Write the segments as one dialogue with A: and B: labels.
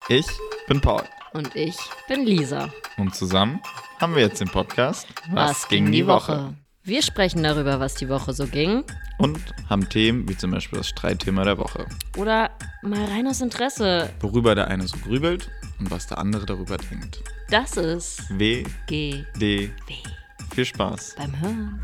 A: Ich bin Paul.
B: Und ich bin Lisa.
A: Und zusammen haben wir jetzt den Podcast
B: Was ging die Woche? Wir sprechen darüber, was die Woche so ging.
A: Und haben Themen wie zum Beispiel das Streitthema der Woche.
B: Oder mal rein aus Interesse.
A: Worüber der eine so grübelt und was der andere darüber denkt.
B: Das ist
A: WDW. Viel Spaß
B: beim Hören.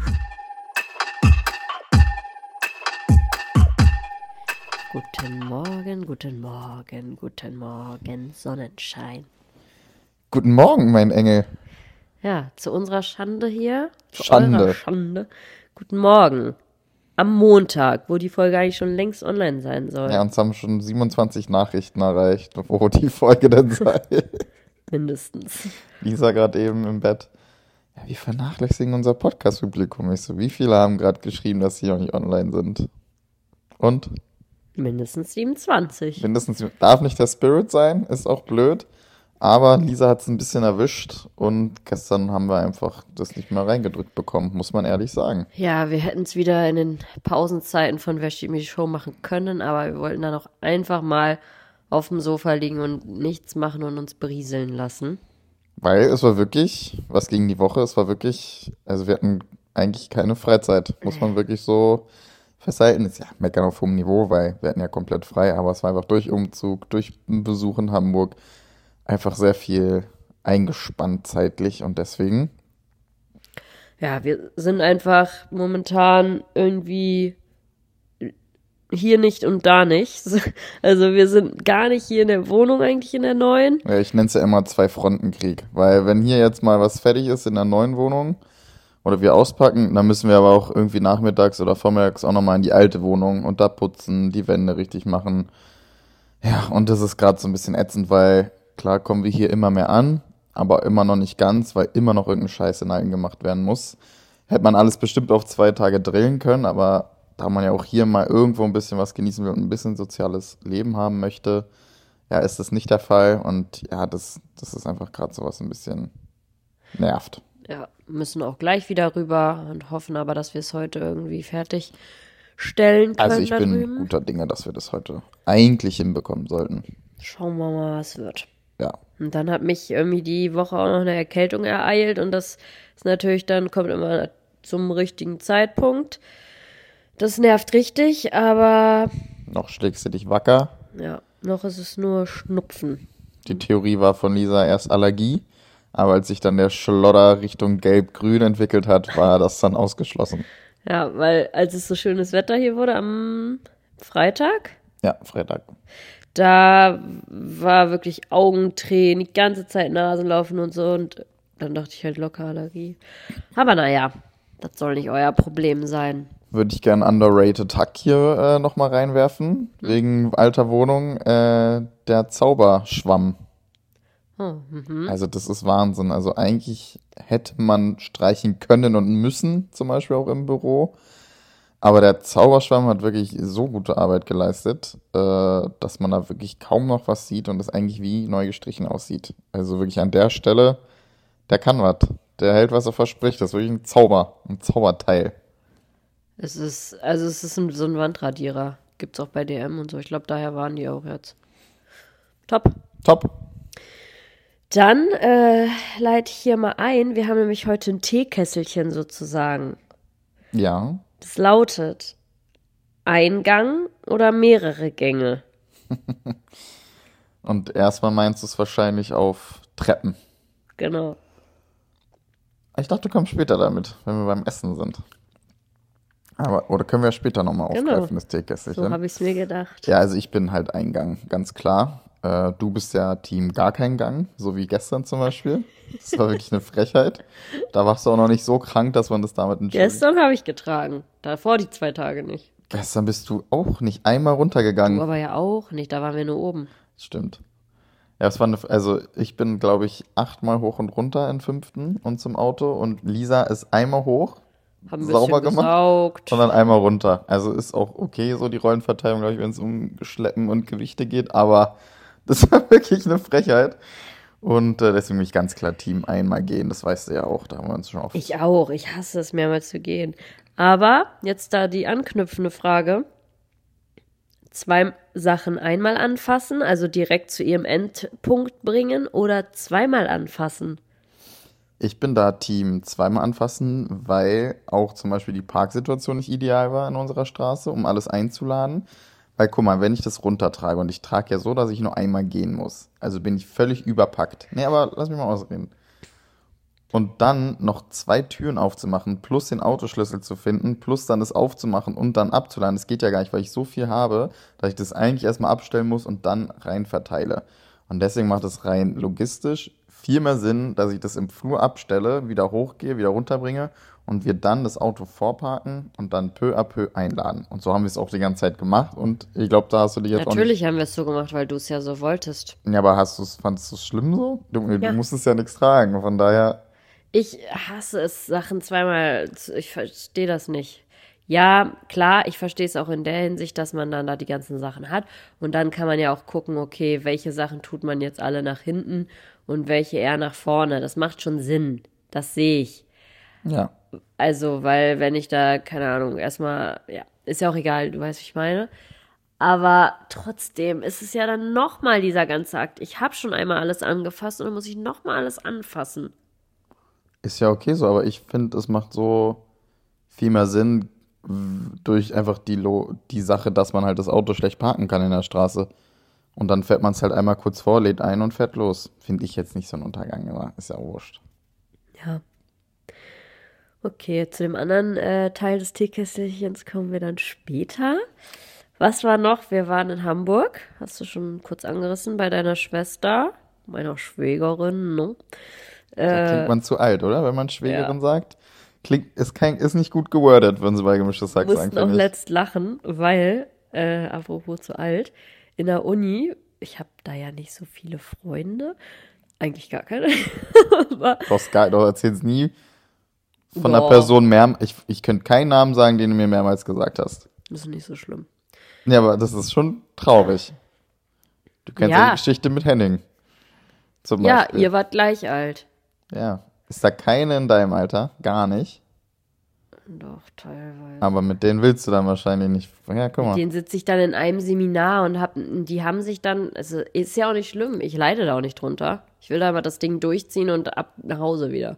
B: Guten Morgen, guten Morgen, guten Morgen, Sonnenschein.
C: Guten Morgen, mein Engel.
B: Ja, zu unserer Schande hier.
C: Schande.
B: Schande. Guten Morgen. Am Montag, wo die Folge eigentlich schon längst online sein soll.
C: Ja, uns haben schon 27 Nachrichten erreicht, wo die Folge denn sei.
B: Mindestens.
C: Lisa gerade eben im Bett. Ja, wir vernachlässigen unser Podcast-Publikum. Ich so, wie viele haben gerade geschrieben, dass sie noch nicht online sind? Und?
B: Mindestens 27.
C: Darf nicht der Spirit sein, ist auch blöd. Aber Lisa hat es ein bisschen erwischt und gestern haben wir einfach das nicht mehr reingedrückt bekommen, muss man ehrlich sagen.
B: Ja, wir hätten es wieder in den Pausenzeiten von Wer steht mir die Show machen können, aber wir wollten dann auch einfach mal auf dem Sofa liegen und nichts machen und uns berieseln lassen.
C: Weil es war wirklich, was gegen die Woche, es war wirklich, also wir hatten eigentlich keine Freizeit, muss man wirklich so festhalten. Ist ja meckern auf hohem Niveau, weil wir hatten ja komplett frei, aber es war einfach durch Umzug, durch Besuch in Hamburg einfach sehr viel eingespannt zeitlich und deswegen.
B: Ja, wir sind einfach momentan irgendwie hier nicht und da nicht. Also wir sind gar nicht hier in der Wohnung eigentlich in der neuen.
C: Ja, ich nenne es ja immer Zwei-Fronten-Krieg, weil wenn hier jetzt mal was fertig ist in der neuen Wohnung oder wir auspacken, dann müssen wir aber auch irgendwie nachmittags oder vormittags auch nochmal in die alte Wohnung und da putzen, die Wände richtig machen. Ja, und das ist gerade so ein bisschen ätzend, weil klar kommen wir hier immer mehr an, aber immer noch nicht ganz, weil immer noch irgendein Scheiß in allen gemacht werden muss. Hätte man alles bestimmt auf 2 Tage drillen können, aber da man ja auch hier mal irgendwo ein bisschen was genießen will und ein bisschen soziales Leben haben möchte, ja, ist das nicht der Fall. Und ja, das ist einfach gerade sowas ein bisschen nervt.
B: Ja, müssen auch gleich wieder rüber und hoffen aber, dass wir es heute irgendwie fertigstellen können.
C: Also ich bin
B: drüben.
C: guter Dinge, dass wir das heute eigentlich hinbekommen sollten.
B: Schauen wir mal, was wird.
C: Ja.
B: Und dann hat mich irgendwie die Woche auch noch eine Erkältung ereilt und das ist natürlich dann, kommt immer zum richtigen Zeitpunkt. Das nervt richtig, aber
C: Noch schlägst du dich wacker.
B: ja, noch ist es nur Schnupfen.
C: Die Theorie war von Lisa erst Allergie, aber als sich dann der Schlodder Richtung Gelb-Grün entwickelt hat, war das dann ausgeschlossen.
B: Ja, weil als es so schönes Wetter hier wurde am Freitag,
C: Ja, Freitag.
B: da war wirklich Augentränen, die ganze Zeit Nasenlaufen und so und dann dachte ich halt locker Allergie. Aber naja, das soll nicht euer Problem sein.
C: Würde ich gerne underrated Hack hier nochmal reinwerfen, wegen alter Wohnung, der Zauberschwamm.
B: Oh,
C: Also das ist Wahnsinn. Also eigentlich hätte man streichen können und müssen, zum Beispiel auch im Büro. Aber der Zauberschwamm hat wirklich so gute Arbeit geleistet, dass man da wirklich kaum noch was sieht und es eigentlich wie neu gestrichen aussieht. Also wirklich an der Stelle, der kann was. Der hält, was er verspricht. Das ist wirklich ein Zauberteil.
B: es ist so ein Wandradierer. Gibt's auch bei DM und so. Ich glaube, daher waren die auch jetzt. Top.
C: Top.
B: Dann leite ich hier mal ein. Wir haben nämlich heute ein Teekesselchen sozusagen.
C: Ja.
B: Das lautet ein Gang oder mehrere Gänge?
C: Und erstmal meinst du es wahrscheinlich auf Treppen.
B: Genau.
C: Ich dachte, du kommst später damit, wenn wir beim Essen sind. Oder können wir später nochmal aufgreifen,
B: Genau.
C: das Teekesselchen?
B: So habe ich es mir gedacht.
C: Ja, also ich bin halt Eingang, ganz klar. Du bist ja Team gar kein Gang, so wie gestern zum Beispiel. Das war wirklich eine Frechheit. Da warst du auch noch nicht so krank, dass man das damit entschuldigt.
B: Gestern habe ich getragen. Davor die 2 Tage nicht.
C: Gestern bist du auch nicht einmal runtergegangen.
B: Du aber ja auch nicht. Da waren wir nur oben.
C: Stimmt. Ja, es war also ich bin, glaube ich, 8-mal hoch und runter in 5. und zum Auto und Lisa ist einmal hoch,
B: Haben ein
C: sauber
B: bisschen
C: gemacht
B: gesaugt.
C: und dann einmal runter. Also ist auch okay so die Rollenverteilung, glaube ich, wenn es um Schleppen und Gewichte geht, aber das war wirklich eine Frechheit. Und deswegen bin ich ganz klar Team einmal gehen, das weißt du ja auch, da haben wir uns schon oft.
B: Ich auch. Ich hasse es, mehrmals zu gehen. Aber jetzt da die anknüpfende Frage. 2 Sachen einmal anfassen, also direkt zu ihrem Endpunkt bringen oder zweimal anfassen?
C: Ich bin da Team zweimal anfassen, weil auch zum Beispiel die Parksituation nicht ideal war in unserer Straße, um alles einzuladen. Weil guck mal, wenn ich das runtertrage und ich trage ja so, dass ich nur einmal gehen muss, also bin ich völlig überpackt. Nee, aber lass mich mal ausreden. Und dann noch 2 Türen aufzumachen, plus den Autoschlüssel zu finden, plus dann das aufzumachen und dann abzuladen. Das geht ja gar nicht, weil ich so viel habe, dass ich das eigentlich erstmal abstellen muss und dann rein verteile. Und deswegen macht es rein logistisch viel mehr Sinn, dass ich das im Flur abstelle, wieder hochgehe, wieder runterbringe und wir dann das Auto vorparken und dann peu à peu einladen. Und so haben wir es auch die ganze Zeit gemacht und ich glaube, da hast du dich jetzt
B: Natürlich haben wir es so gemacht, weil du es ja so wolltest.
C: Ja, aber fandest du es schlimm so? Du
B: Ja.
C: musstest ja nichts tragen, von daher...
B: Ich hasse es, Sachen zweimal, ich verstehe das nicht. Ja, klar, ich verstehe es auch in der Hinsicht, dass man dann da die ganzen Sachen hat. Und dann kann man ja auch gucken, okay, welche Sachen tut man jetzt alle nach hinten und welche eher nach vorne. Das macht schon Sinn. Das sehe ich.
C: Ja.
B: Also, weil wenn ich da, keine Ahnung, erstmal, ja, ist ja auch egal, du weißt, wie ich meine. Aber trotzdem ist es ja dann nochmal dieser ganze Akt. Ich habe schon einmal alles angefasst und dann muss ich nochmal alles anfassen.
C: Ist ja okay so, aber ich finde, es macht so viel mehr Sinn durch einfach die Sache, dass man halt das Auto schlecht parken kann in der Straße. Und dann fährt man es halt einmal kurz vor, lädt ein und fährt los. Finde ich jetzt nicht so ein Untergang, aber ist ja wurscht.
B: Ja. Okay, zu dem anderen Teil des Teekästchens kommen wir dann später. Was war noch? Wir waren in Hamburg, hast du schon kurz angerissen, bei deiner Schwester, meiner Schwägerin, ne?
C: Da klingt man zu alt, oder? Wenn man Schwägerin
B: ja.
C: sagt. Ist nicht gut gewordet, wenn sie bei gemischtes Hack
B: Wir
C: sagen,
B: mussten auch
C: finde ich.
B: letzt lachen, weil, apropos zu alt, in der Uni, ich habe da ja nicht so viele Freunde, eigentlich gar keine, aber
C: Doch erzähl's nie von einer
B: Boah.
C: Person mehr. Ich könnte keinen Namen sagen, den du mir mehrmals gesagt hast.
B: das ist nicht so schlimm.
C: Ja, aber das ist schon traurig. Du kennst ja
B: Ja.
C: die Geschichte mit Henning. Zum
B: Ja,
C: Beispiel.
B: ihr wart gleich alt.
C: Ja. Ist da keine in deinem Alter? Gar nicht.
B: Doch, teilweise.
C: Aber mit denen willst du dann wahrscheinlich nicht. Ja, guck mal.
B: Den sitze ich dann in einem Seminar und die haben sich dann, also ist ja auch nicht schlimm, ich leide da auch nicht drunter. Ich will da mal das Ding durchziehen und ab nach Hause wieder.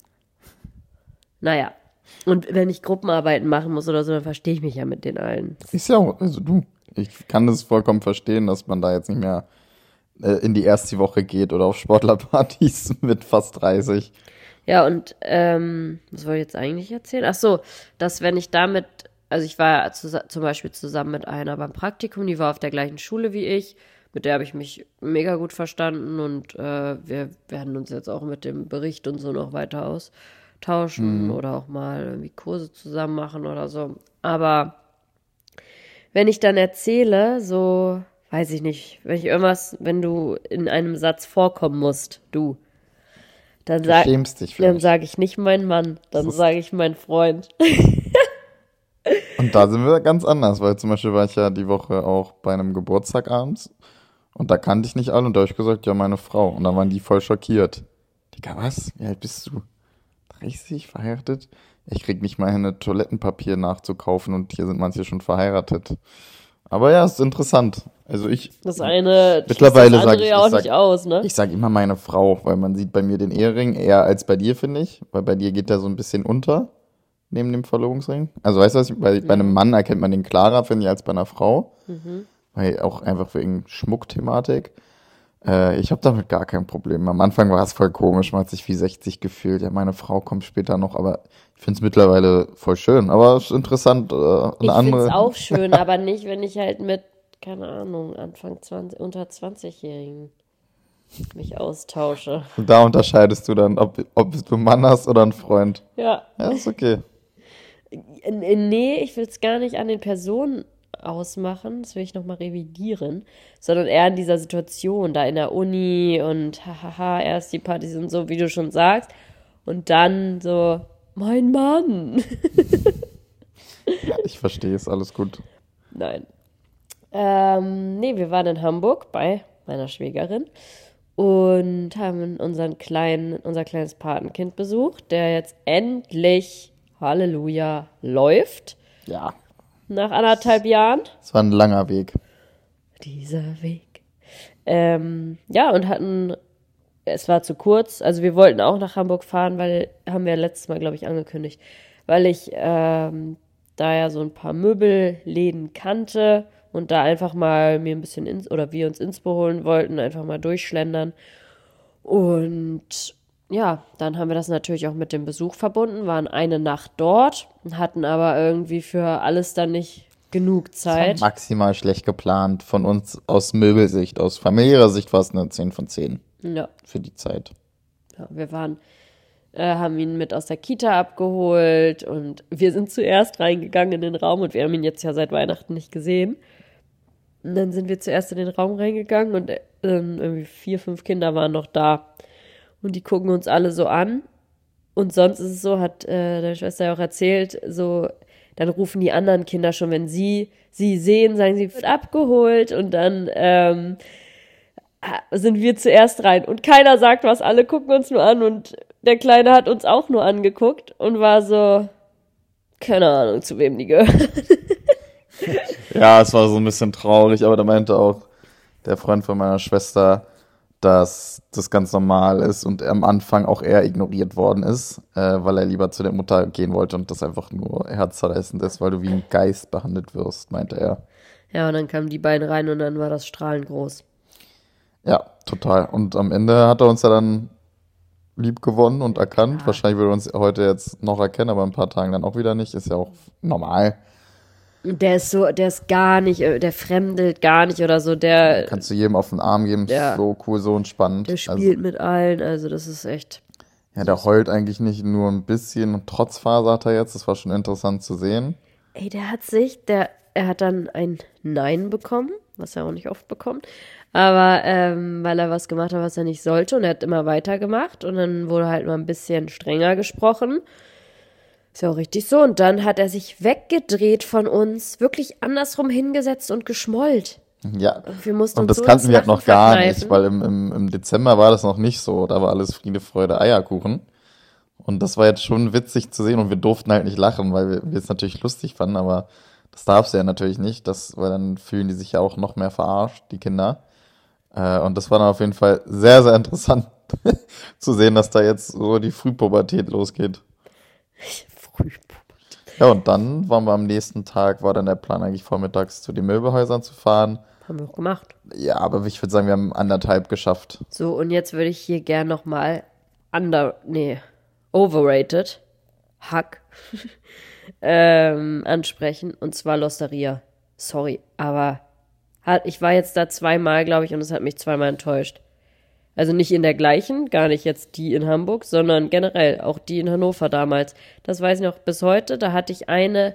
B: Naja, und wenn ich Gruppenarbeiten machen muss oder so, dann verstehe ich mich ja mit den allen.
C: Ist ja auch, also du. Ich kann das vollkommen verstehen, dass man da jetzt nicht mehr in die erste Woche geht oder auf Sportlerpartys mit fast 30.
B: Ja, und was wollte ich jetzt eigentlich erzählen? Ach so, dass wenn ich damit, also ich war zum Beispiel zusammen mit einer beim Praktikum, die war auf der gleichen Schule wie ich, mit der habe ich mich mega gut verstanden und wir werden uns jetzt auch mit dem Bericht und so noch weiter austauschen oder auch mal irgendwie Kurse zusammen machen oder so. Aber wenn ich dann erzähle, so, weiß ich nicht, wenn du in einem Satz vorkommen musst, dann
C: Du schämst dich für
B: dann
C: mich.
B: sage ich nicht mein Mann, dann
C: Das ist-
B: sage ich mein Freund.
C: Und da sind wir ganz anders, weil zum Beispiel war ich ja die Woche auch bei einem Geburtstag abends und da kannte ich nicht alle und da habe ich gesagt, ja, meine Frau. Und dann waren die voll schockiert. Digga, was? Wie alt bist du? 30, verheiratet? Ich krieg nicht mal hin, ein Toilettenpapier nachzukaufen und hier sind manche schon verheiratet. Aber ja, ist interessant. Also
B: Das eine
C: Mittlerweile
B: schließt das
C: sag
B: andere
C: ich-
B: ja auch
C: ich sag-
B: nicht aus, ne?
C: ich sag immer meine Frau, weil man sieht bei mir den Ehering eher als bei dir, finde ich. Weil bei dir geht der so ein bisschen unter, neben dem Verlobungsring. Also weißt du was, bei einem Mann erkennt man den klarer, finde ich, als bei einer Frau. Weil auch einfach wegen Schmuckthematik. Ich habe damit gar kein Problem. Am Anfang war es voll komisch, man hat sich wie 60 gefühlt. Ja, meine Frau kommt später noch, aber ich finde es mittlerweile voll schön. Aber es ist interessant, eine
B: Ich finde
C: andere.
B: es auch schön, aber nicht, wenn ich halt mit, keine Ahnung, unter 20-Jährigen mich austausche.
C: Da unterscheidest du dann, ob du einen Mann hast oder einen Freund.
B: Ja.
C: Ja, ist okay.
B: Nee, ich will es gar nicht an den Personen ausmachen, das will ich nochmal revidieren, sondern eher in dieser Situation, da in der Uni und hahaha, erst die Partys und so, wie du schon sagst, und dann so, mein Mann.
C: Ja, ich verstehe es, alles gut.
B: Nein. Nee, wir waren in Hamburg bei meiner Schwägerin und haben unser kleines Patenkind besucht, der jetzt endlich, Halleluja, läuft.
C: Ja.
B: nach 1,5 Jahren.
C: Es war ein langer Weg.
B: Dieser Weg. Ja, und es war zu kurz. Also wir wollten auch nach Hamburg fahren, haben wir letztes Mal, glaube ich, angekündigt, weil ich da ja so ein paar Möbelläden kannte und da einfach mal mir ein bisschen wir uns Inspo holen wollten, einfach mal durchschlendern. Und ja, dann haben wir das natürlich auch mit dem Besuch verbunden, waren eine Nacht dort, hatten aber irgendwie für alles dann nicht genug Zeit.
C: Das war maximal schlecht geplant von uns aus Möbelsicht. Aus familiärer Sicht war es eine 10 von 10
B: Ja.
C: für die Zeit.
B: Ja, wir haben ihn mit aus der Kita abgeholt und wir sind zuerst reingegangen in den Raum und wir haben ihn jetzt ja seit Weihnachten nicht gesehen. Und dann sind wir zuerst in den Raum reingegangen und irgendwie 4, 5 Kinder waren noch da. Und die gucken uns alle so an. Und sonst ist es so, hat deine Schwester ja auch erzählt, so, dann rufen die anderen Kinder schon, wenn sie sehen, sagen sie, wird abgeholt. Und dann sind wir zuerst rein. Und keiner sagt was, alle gucken uns nur an. Und der Kleine hat uns auch nur angeguckt und war so, keine Ahnung, zu wem die gehört.
C: Ja, es war so ein bisschen traurig, aber da meinte auch der Freund von meiner Schwester, dass das ganz normal ist und er am Anfang auch eher ignoriert worden ist, weil er lieber zu der Mutter gehen wollte und das einfach nur herzzerreißend ist, weil du wie ein Geist behandelt wirst, meinte er.
B: Ja, und dann kamen die beiden rein und dann war das strahlend groß.
C: Ja, total. Und am Ende hat er uns ja dann lieb gewonnen und erkannt.
B: Ja.
C: Wahrscheinlich würde er uns heute jetzt noch erkennen, aber in ein paar Tagen dann auch wieder nicht. Ist ja auch normal.
B: Der ist gar nicht, der fremdelt gar nicht oder so,
C: Kannst du jedem auf den Arm geben,
B: Ja.
C: so cool, so entspannt.
B: der spielt mit allen, also das ist echt.
C: Ja, der heult eigentlich nicht nur ein bisschen und Trotzphase hat er jetzt, das war schon interessant zu sehen.
B: Ey, er hat dann ein Nein bekommen, was er auch nicht oft bekommt, aber weil er was gemacht hat, was er nicht sollte und er hat immer weitergemacht und dann wurde halt mal ein bisschen strenger gesprochen. Ist ja auch richtig so. Und dann hat er sich weggedreht von uns, wirklich andersrum hingesetzt und geschmollt.
C: Ja,
B: Wir mussten
C: und
B: uns
C: das
B: so
C: kannten
B: ins
C: wir halt noch
B: Lachen
C: gar
B: verkneifen.
C: nicht, weil im Dezember war das noch nicht so, da war alles Friede, Freude, Eierkuchen. Und das war jetzt schon witzig zu sehen und wir durften halt nicht lachen, weil wir es natürlich lustig fanden, aber das darfst du ja natürlich nicht, weil dann fühlen die sich ja auch noch mehr verarscht, die Kinder. Und das war dann auf jeden Fall sehr, sehr interessant zu sehen, dass da jetzt so die Frühpubertät losgeht. Ja, und dann waren wir am nächsten Tag, war dann der Plan eigentlich vormittags zu den Möbelhäusern zu fahren.
B: Haben wir auch gemacht.
C: Ja, aber ich würde sagen, wir haben 1,5 geschafft.
B: So, und jetzt würde ich hier gern nochmal overrated, Hack, ansprechen, und zwar L'Osteria. Sorry, aber ich war jetzt da 2-mal, glaube ich, und es hat mich 2-mal enttäuscht. Also nicht in der gleichen, gar nicht jetzt die in Hamburg, sondern generell auch die in Hannover damals. Das weiß ich noch bis heute. Da hatte ich eine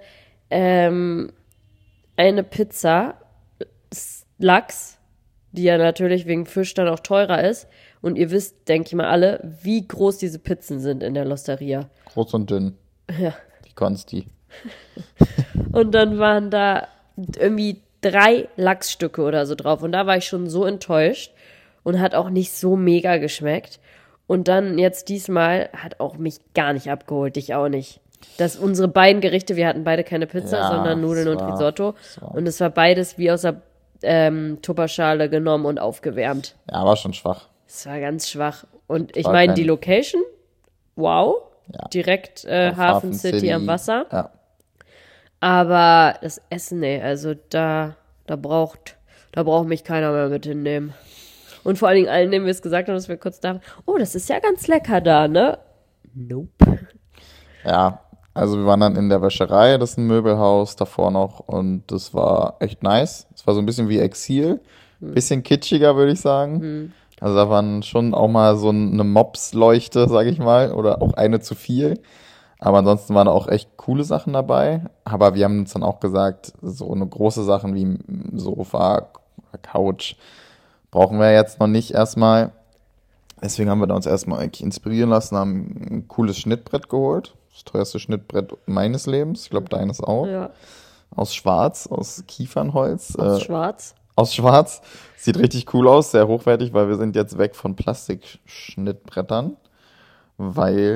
B: Pizza, Lachs, die ja natürlich wegen Fisch dann auch teurer ist. Und ihr wisst, denke ich mal alle, wie groß diese Pizzen sind in der L'Osteria.
C: Groß und dünn.
B: Ja.
C: Die Konsti.
B: Und dann waren da irgendwie 3 Lachsstücke oder so drauf. Und da war ich schon so enttäuscht. Und hat auch nicht so mega geschmeckt. Und dann jetzt diesmal hat auch mich gar nicht abgeholt, dich auch nicht. Unsere beiden Gerichte, wir hatten beide keine Pizza,
C: Ja,
B: sondern Nudeln und Risotto. Und es war beides wie aus der Tupperschale genommen und aufgewärmt.
C: Ja, war schon schwach.
B: Es war ganz schwach. Und ich
C: War
B: meine,
C: kein-
B: die Location, wow.
C: Ja.
B: Direkt
C: Auf
B: Hafen City am Wasser.
C: Ja.
B: Aber das Essen, nee, also da braucht mich keiner mehr mit hinnehmen. Und vor allen Dingen allen, denen wir es gesagt haben, dass wir kurz da, oh, das ist ja ganz lecker da, ne? Nope.
C: Ja, also wir waren dann in der Wäscherei, das ist ein Möbelhaus davor noch und das war echt nice. Es war so ein bisschen wie Exil, bisschen kitschiger, würde ich sagen. Also da waren schon auch mal so eine Mops-Leuchte, sag ich mal, oder auch eine zu viel. Aber ansonsten waren da auch echt coole Sachen dabei. Aber wir haben uns dann auch gesagt, so eine große Sachen wie ein Sofa, Couch brauchen wir jetzt noch nicht erstmal. Deswegen haben wir da uns erstmal eigentlich inspirieren lassen, haben ein cooles Schnittbrett geholt. Das teuerste Schnittbrett meines Lebens. Ich glaube, deines auch.
B: Ja,
C: Aus Schwarz, aus Kiefernholz.
B: aus Schwarz.
C: Aus Schwarz. Sieht richtig cool aus, sehr hochwertig, weil wir sind jetzt weg von Plastikschnittbrettern. Weil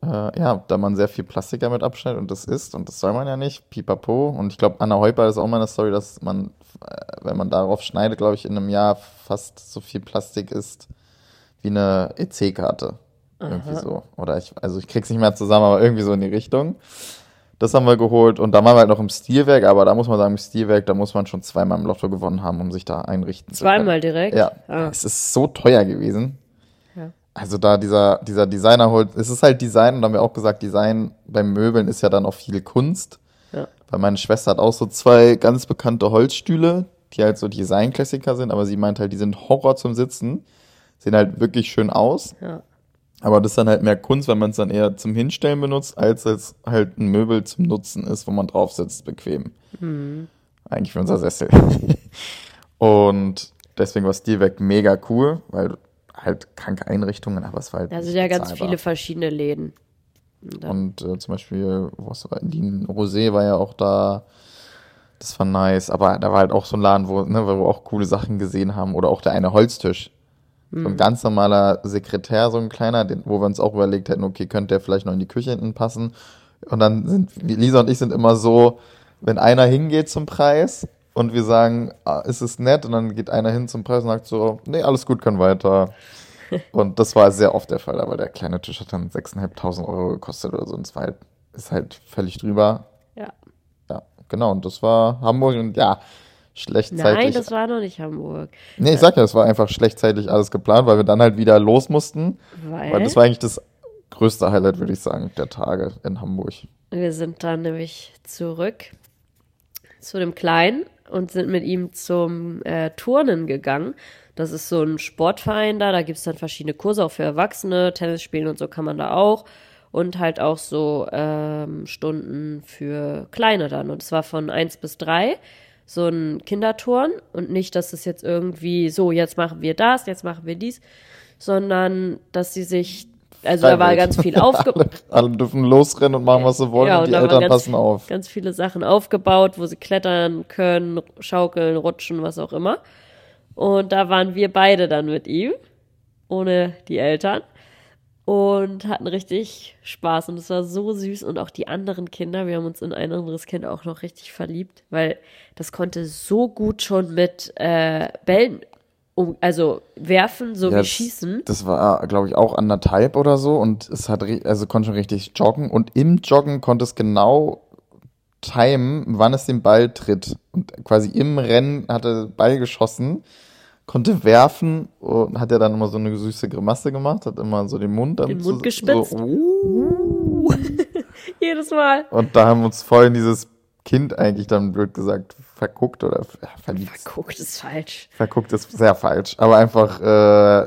C: da man sehr viel Plastik damit abschneidet und das isst und das soll man ja nicht, pipapo. Und ich glaube, Anna Heuper ist auch mal eine Story, dass man, wenn man darauf schneidet, glaube ich, in einem Jahr fast so viel Plastik isst wie eine EC-Karte. Irgendwie so. Oder ich krieg's nicht mehr zusammen, aber irgendwie so in die Richtung. Das haben wir geholt und da waren wir halt noch im Stilwerk, aber da muss man sagen, im Stilwerk, da muss man schon zweimal im Lotto gewonnen haben, um sich da einrichten zu können.
B: Zweimal direkt?
C: Ja, es ist so teuer gewesen. Also da dieser Designer holt, es ist halt Design und da haben wir auch gesagt, Design beim Möbeln ist ja dann auch viel Kunst.
B: Ja.
C: Weil meine Schwester hat auch so 2 ganz bekannte Holzstühle, die halt so Design-Klassiker sind, aber sie meint halt, die sind Horror zum Sitzen, sehen halt wirklich schön aus.
B: Ja.
C: Aber das ist dann halt mehr Kunst, weil man es dann eher zum Hinstellen benutzt, als halt ein Möbel zum Nutzen ist, wo man drauf sitzt, bequem. Eigentlich wie unser Sessel. Und deswegen war Stilwerk mega cool, weil halt kranke Einrichtungen, aber es war halt
B: Da sind
C: nicht
B: ja ganz
C: bezahlbar.
B: viele verschiedene Läden.
C: Und zum Beispiel, was war, Lin Rosé war ja auch da, das war nice, aber da war halt auch so ein Laden, wo wir auch coole Sachen gesehen haben, oder auch der eine Holztisch. So ein ganz normaler Sekretär, so ein kleiner, wo wir uns auch überlegt hätten, okay, könnte der vielleicht noch in die Küche hinten passen. Und dann Lisa und ich sind immer so, wenn einer hingeht zum Preis und wir sagen, ist es nett, und dann geht einer hin zum Preis und sagt so, nee, alles gut, können weiter. Und das war sehr oft der Fall, aber der kleine Tisch hat dann 6.500 Euro gekostet oder so, und es war halt, ist halt völlig drüber.
B: Ja.
C: Ja, genau, und das war Hamburg und ja, schlecht
B: Nein,
C: zeitlich.
B: das war noch nicht Hamburg.
C: Nee, ich sag ja, es war einfach schlecht zeitlich alles geplant, weil wir dann halt wieder los mussten. Weil das war eigentlich das größte Highlight, würde ich sagen, der Tage in Hamburg.
B: Wir sind dann nämlich zurück zu dem Kleinen und sind mit ihm zum Turnen gegangen. Das ist so ein Sportverein da gibt's dann verschiedene Kurse, auch für Erwachsene, Tennis spielen und so kann man da auch. Und halt auch so Stunden für Kleine dann. Und es war von 1 bis 3 so ein Kinderturn und nicht, dass es jetzt irgendwie so, jetzt machen wir das, jetzt machen wir dies, sondern dass sie sich, also da war ganz viel aufgebaut.
C: Alle dürfen losrennen und machen, was sie wollen, und die
B: da waren
C: Eltern passen auf.
B: Ganz viele Sachen aufgebaut, wo sie klettern können, schaukeln, rutschen, was auch immer. Und da waren wir beide dann mit ihm, ohne die Eltern. Und hatten richtig Spaß und es war so süß und auch die anderen Kinder, wir haben uns in ein anderes Kind auch noch richtig verliebt, weil das konnte so gut schon mit Bällen, also werfen, so wie schießen.
C: Das war, glaube ich, auch 1,5 oder so, und es hat, also konnte schon richtig joggen, und im Joggen konnte es genau timen, wann es den Ball tritt, und quasi im Rennen hatte Ball geschossen, konnte werfen und hat ja dann immer so eine süße Grimasse gemacht, hat immer so den Mund dann
B: gespitzt.
C: So,
B: Jedes Mal.
C: Und da haben wir uns voll in dieses Kind eigentlich dann, blöd gesagt, verguckt oder verliebt.
B: Verguckt ist falsch.
C: Verguckt ist sehr falsch, aber einfach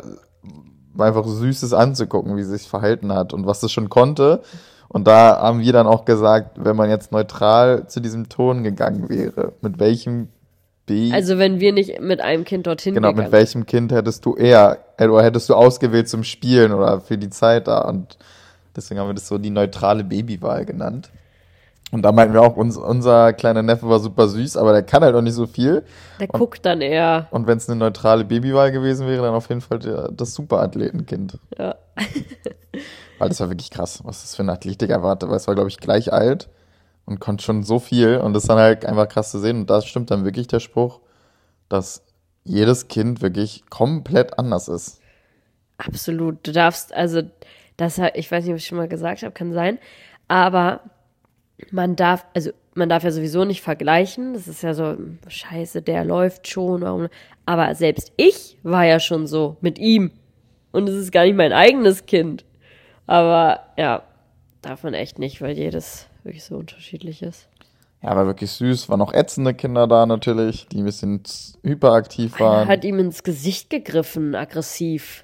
C: Süßes anzugucken, wie sie sich verhalten hat und was es schon konnte. Und da haben wir dann auch gesagt, wenn man jetzt neutral zu diesem Ton gegangen wäre, mit welchem
B: Also wenn wir nicht mit einem Kind dorthin
C: Genau,
B: gegangen.
C: mit welchem Kind hättest du hättest du ausgewählt zum Spielen oder für die Zeit da, und deswegen haben wir das so die neutrale Babywahl genannt. Und da meinten wir auch, unser kleiner Neffe war super süß, aber der kann halt auch nicht so viel.
B: Der guckt dann eher.
C: Und wenn es eine neutrale Babywahl gewesen wäre, dann auf jeden Fall das Superathletenkind.
B: Ja.
C: Weil das war wirklich krass, was das für eine Athletik erwartet, weil es war, glaube ich, gleich alt und konnte schon so viel, und das ist dann halt einfach krass zu sehen, und da stimmt dann wirklich der Spruch, dass jedes Kind wirklich komplett anders ist.
B: Absolut. Du darfst, also, ich weiß nicht, ob ich schon mal gesagt habe, kann sein, aber man darf ja sowieso nicht vergleichen. Das ist ja so, scheiße, der läuft schon, warum? Aber selbst ich war ja schon so mit ihm. Und es ist gar nicht mein eigenes Kind. Aber ja, darf man echt nicht, weil jedes wirklich so unterschiedlich ist.
C: Ja, war wirklich süß. Waren auch ätzende Kinder da natürlich, die ein bisschen hyperaktiv waren.
B: Einer hat ihm ins Gesicht gegriffen, aggressiv.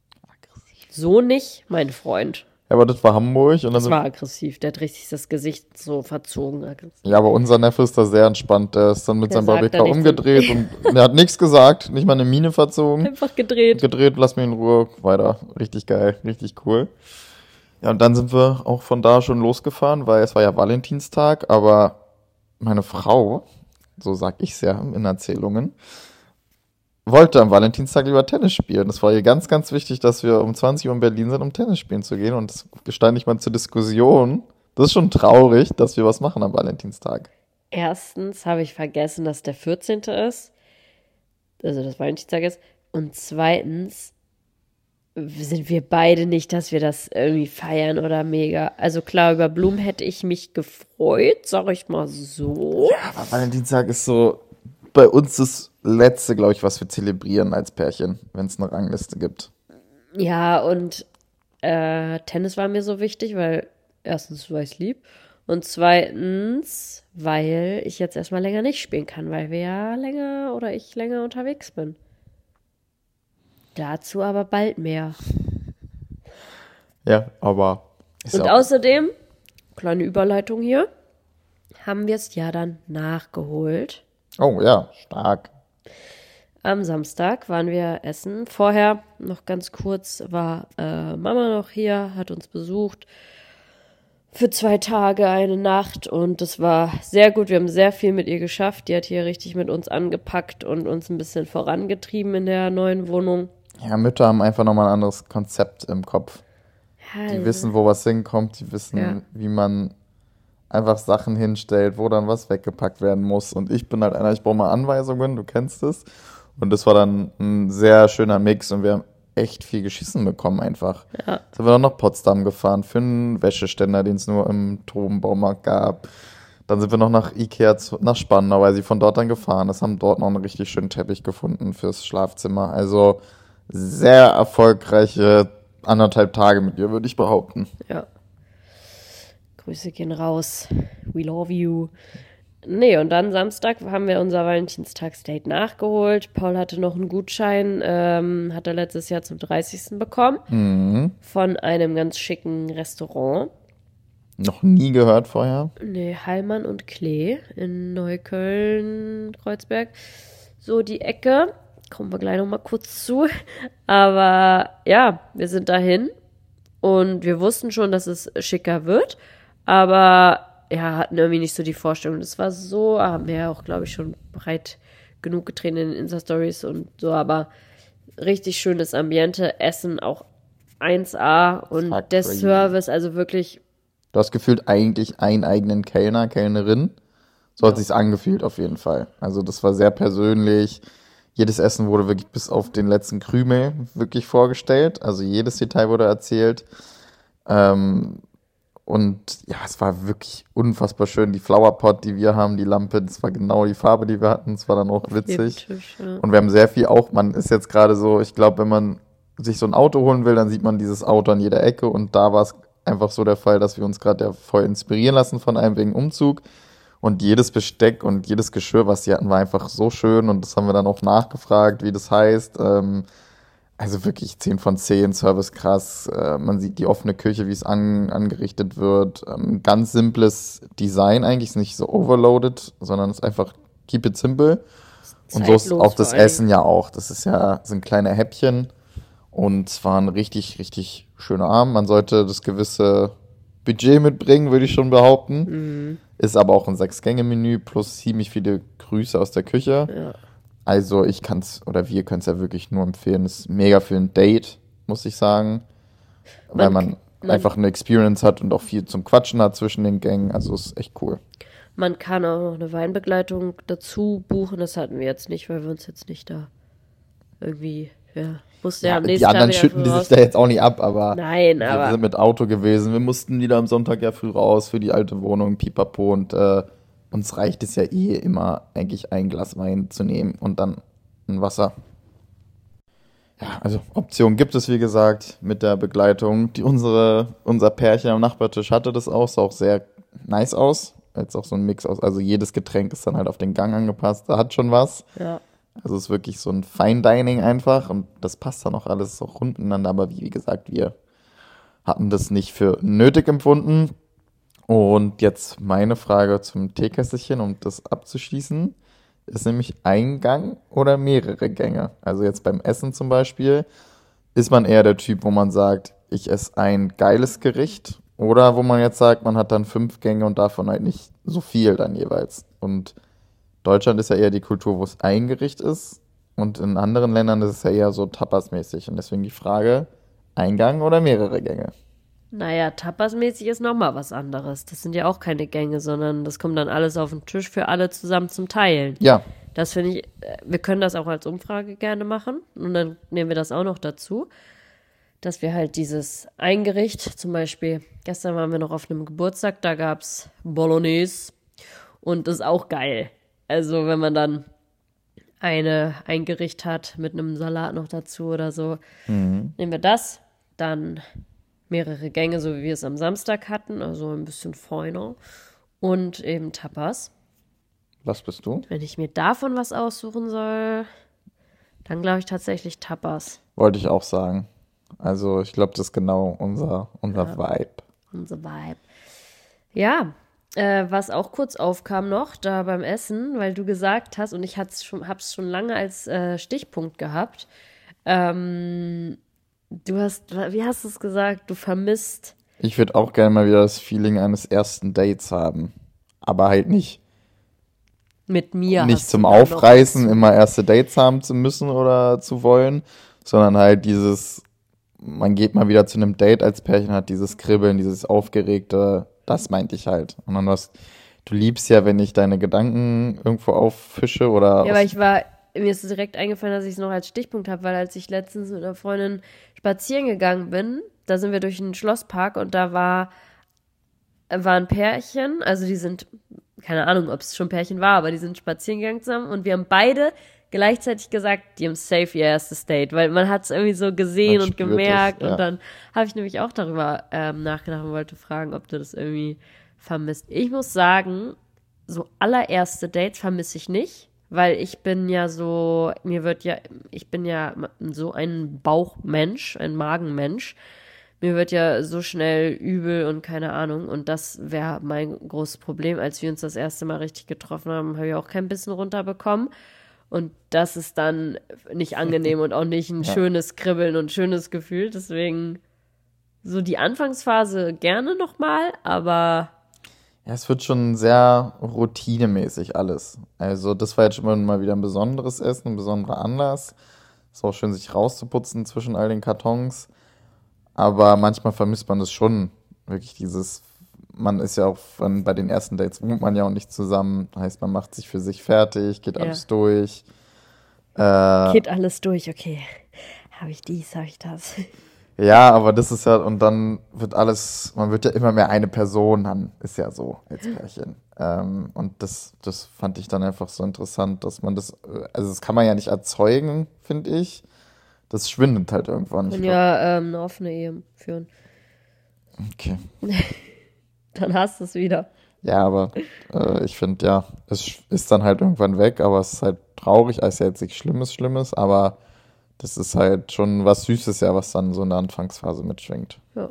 B: So nicht, mein Freund.
C: Ja, aber das war Hamburg. Und
B: Das war aggressiv. Der hat richtig das Gesicht so verzogen. Aggressiv.
C: Ja, aber unser Neffe ist da sehr entspannt. Der ist dann mit seinem Barbecue umgedreht und der hat nichts gesagt, nicht mal eine Miene verzogen.
B: Einfach gedreht.
C: Lass mich in Ruhe, weiter. Richtig geil, richtig cool. Ja, und dann sind wir auch von da schon losgefahren, weil es war ja Valentinstag, aber meine Frau, so sag ich's ja in Erzählungen, wollte am Valentinstag lieber Tennis spielen. Es war ihr ganz, ganz wichtig, dass wir um 20 Uhr in Berlin sind, um Tennis spielen zu gehen. Und das gestand nicht mal zur Diskussion. Das ist schon traurig, dass wir was machen am Valentinstag.
B: Erstens habe ich vergessen, dass der 14. ist. Also das Valentinstag ist. Und zweitens sind wir beide nicht, dass wir das irgendwie feiern oder mega. Also klar, über Blumen hätte ich mich gefreut, sag ich mal so.
C: Ja, aber Valentinstag ist so bei uns das Letzte, glaube ich, was wir zelebrieren als Pärchen, wenn es eine Rangliste gibt.
B: Ja, und Tennis war mir so wichtig, weil erstens, weil ich es lieb und zweitens, weil ich jetzt erstmal länger nicht spielen kann, weil wir ja länger oder ich länger unterwegs bin. Dazu aber bald mehr.
C: Ja, aber ist
B: Und
C: ja auch,
B: außerdem, kleine Überleitung hier, haben wir es ja dann nachgeholt.
C: oh ja, stark.
B: Am Samstag waren wir essen. Vorher noch ganz kurz war Mama noch hier, hat uns besucht für 2 Tage, eine Nacht und das war sehr gut. Wir haben sehr viel mit ihr geschafft. Die hat hier richtig mit uns angepackt und uns ein bisschen vorangetrieben in der neuen Wohnung.
C: Ja, Mütter haben einfach nochmal ein anderes Konzept im Kopf.
B: Ja,
C: Die wissen, wo was hinkommt, die wissen,
B: Ja.
C: wie man einfach Sachen hinstellt, wo dann was weggepackt werden muss. Und ich bin halt einer, ich brauche mal Anweisungen, du kennst es. Und das war dann ein sehr schöner Mix und wir haben echt viel geschissen bekommen einfach.
B: Ja.
C: Sind wir dann nach Potsdam gefahren für einen Wäscheständer, den es nur im Tobenbaumarkt gab. Dann sind wir noch nach Ikea, nach Spandau, weil sie von dort dann gefahren ist, haben dort noch einen richtig schönen Teppich gefunden fürs Schlafzimmer. Also sehr erfolgreiche 1,5 Tage mit ihr, würde ich behaupten.
B: Ja. Grüße gehen raus. We love you. Nee, und dann Samstag haben wir unser Valentinstagsdate nachgeholt. Paul hatte noch einen Gutschein, hat er letztes Jahr zum 30. bekommen. Von einem ganz schicken Restaurant.
C: Noch nie gehört vorher.
B: Nee, Heilmann und Klee in Neukölln, Kreuzberg. So die Ecke. Kommen wir gleich nochmal kurz zu. Aber ja, wir sind dahin und wir wussten schon, dass es schicker wird. Aber ja, hatten irgendwie nicht so die Vorstellung. Das war so, haben wir ja auch, glaube ich, schon breit genug getreten in den Insta-Stories und so. Aber richtig schönes Ambiente, Essen auch 1A und
C: war
B: der
C: crazy.
B: Service, also wirklich.
C: Du hast gefühlt eigentlich einen eigenen Kellner, Kellnerin. So hat sich's angefühlt auf jeden Fall. Also das war sehr persönlich. Jedes Essen wurde wirklich bis auf den letzten Krümel wirklich vorgestellt. Also jedes Detail wurde erzählt. Und ja, es war wirklich unfassbar schön. Die Flowerpot, die wir haben, die Lampe, das war genau die Farbe, die wir hatten. Das war dann auch witzig.
B: Tisch, ja.
C: Und wir haben sehr viel auch, man ist jetzt gerade so, ich glaube, wenn man sich so ein Auto holen will, dann sieht man dieses Auto an jeder Ecke. Und da war es einfach so der Fall, dass wir uns gerade ja voll inspirieren lassen von einem wegen Umzug. Und jedes Besteck und jedes Geschirr, was sie hatten, war einfach so schön. Und das haben wir dann auch nachgefragt, wie das heißt. Also wirklich 10 von 10, Service krass. Man sieht die offene Küche, wie es angerichtet wird. Ganz simples Design eigentlich, ist nicht so overloaded, sondern ist einfach keep it simple. Und so ist
B: Zeitlos
C: auch das
B: vor allem.
C: Essen ja auch. Das ist ja, sind kleine Häppchen. Und es war ein richtig, richtig schöner Abend. Man sollte das gewisse Budget mitbringen, würde ich schon behaupten. Ist aber auch ein 6-Gänge-Menü plus ziemlich viele Grüße aus der Küche.
B: Ja.
C: Also ich kann's, oder wir können es ja wirklich nur empfehlen. Es ist mega für ein Date, muss ich sagen. Weil man einfach eine Experience hat und auch viel zum Quatschen hat zwischen den Gängen. Also ist echt cool.
B: Man kann auch noch eine Weinbegleitung dazu buchen. Das hatten wir jetzt nicht, weil wir uns jetzt nicht da irgendwie, ja, musste ja am nächsten
C: die anderen
B: Tag wieder
C: schütten
B: früh
C: die sich
B: raus.
C: da jetzt auch nicht ab, aber
B: Nein,
C: wir
B: aber
C: sind mit Auto gewesen. Wir mussten wieder am Sonntag ja früh raus für die alte Wohnung, pipapo. Und uns reicht es ja eh immer, eigentlich ein Glas Wein zu nehmen und dann ein Wasser. Ja, also Option gibt es, wie gesagt, mit der Begleitung. Unser Pärchen am Nachbartisch hatte das auch, sah auch sehr nice aus. Jetzt auch so ein Mix aus, also jedes Getränk ist dann halt auf den Gang angepasst, da hat schon was.
B: ja.
C: Also es ist wirklich so ein Fine Dining einfach und das passt dann auch alles auch rund miteinander, aber wie gesagt, wir hatten das nicht für nötig empfunden. Und jetzt meine Frage zum Teekesselchen, um das abzuschließen, ist nämlich ein Gang oder mehrere Gänge? Also jetzt beim Essen zum Beispiel, ist man eher der Typ, wo man sagt, ich esse ein geiles Gericht oder wo man jetzt sagt, man hat dann 5 Gänge und davon halt nicht so viel dann jeweils. Und Deutschland ist ja eher die Kultur, wo es ein Gericht ist. Und in anderen Ländern ist es ja eher so Tapas-mäßig. Und deswegen die Frage, Eingang oder mehrere Gänge?
B: Naja, tapasmäßig ist nochmal was anderes. Das sind ja auch keine Gänge, sondern das kommt dann alles auf den Tisch für alle zusammen zum Teilen.
C: Ja,
B: Das finde ich, wir können das auch als Umfrage gerne machen und dann nehmen wir das auch noch dazu, dass wir halt dieses Eingericht, zum Beispiel, gestern waren wir noch auf einem Geburtstag, da gab's Bolognese und das ist auch geil. Also wenn man dann ein Gericht hat mit einem Salat noch dazu oder so, nehmen wir das, dann mehrere Gänge, so wie wir es am Samstag hatten, also ein bisschen feiner und eben Tapas.
C: was bist du?
B: Wenn ich mir davon was aussuchen soll, dann glaube ich tatsächlich Tapas.
C: Wollte ich auch sagen. Also ich glaube, das ist genau unser Vibe.
B: Unser Vibe. Ja, was auch kurz aufkam noch da beim Essen, weil du gesagt hast, und ich hab's schon lange als Stichpunkt gehabt, wie hast du es gesagt, du vermisst
C: Ich würde auch gerne mal wieder das Feeling eines ersten Dates haben. Aber halt nicht
B: mit mir.
C: nicht
B: hast
C: zum
B: du da noch
C: Aufreißen,
B: was.
C: immer erste Dates haben zu müssen oder zu wollen, sondern halt dieses, man geht mal wieder zu einem Date als Pärchen, hat dieses Kribbeln, dieses Aufgeregte, das meinte ich halt. Und dann du liebst ja, wenn ich deine Gedanken irgendwo auffische oder
B: Ja, aber mir ist direkt eingefallen, dass ich es noch als Stichpunkt habe, weil als ich letztens mit einer Freundin spazieren gegangen bin, da sind wir durch einen Schlosspark und da war ein Pärchen, also die sind, keine Ahnung, ob es schon Pärchen war, aber die sind spazieren gegangen zusammen und wir haben beide gleichzeitig gesagt, die haben safe ihr erstes Date, weil man hat es irgendwie so gesehen
C: Man
B: und
C: spürt
B: gemerkt
C: es, ja.
B: und dann habe ich nämlich auch darüber nachgedacht und wollte fragen, ob du das irgendwie vermisst. Ich muss sagen, so allererste Dates vermisse ich nicht, weil ich bin ja so, ich bin ja so ein Bauchmensch, ein Magenmensch. Mir wird ja so schnell übel und keine Ahnung. Und das wäre mein großes Problem. Als wir uns das erste Mal richtig getroffen haben, habe ich auch kein Bissen runterbekommen. Und das ist dann nicht angenehm und auch nicht ein
C: Ja.
B: schönes Kribbeln und schönes Gefühl. Deswegen so die Anfangsphase gerne nochmal, aber
C: ja, es wird schon sehr routinemäßig alles. Also das war jetzt schon mal wieder ein besonderes Essen, ein besonderer Anlass. Ist auch schön, sich rauszuputzen zwischen all den Kartons. Aber manchmal vermisst man es schon. Wirklich man ist ja auch bei den ersten Dates wohnt man ja auch nicht zusammen. Heißt, man macht sich für sich fertig, geht
B: Ja.
C: alles durch.
B: geht alles durch, okay. Habe ich dies, habe ich das.
C: Ja, aber das ist ja, und dann man wird ja immer mehr eine Person, dann ist ja so als Pärchen. Und das fand ich dann einfach so interessant, dass man also das kann man ja nicht erzeugen, finde ich. Das schwindet halt irgendwann. Ich
B: Und
C: glaub,
B: ja, eine offene Ehe führen.
C: okay.
B: Dann hast du es wieder.
C: Ja, aber ich finde, ja, es ist dann halt irgendwann weg, aber es ist halt traurig, es ist ja jetzt nichts Schlimmes, aber das ist halt schon was Süßes, ja, was dann so in der Anfangsphase mitschwingt.
B: Ja,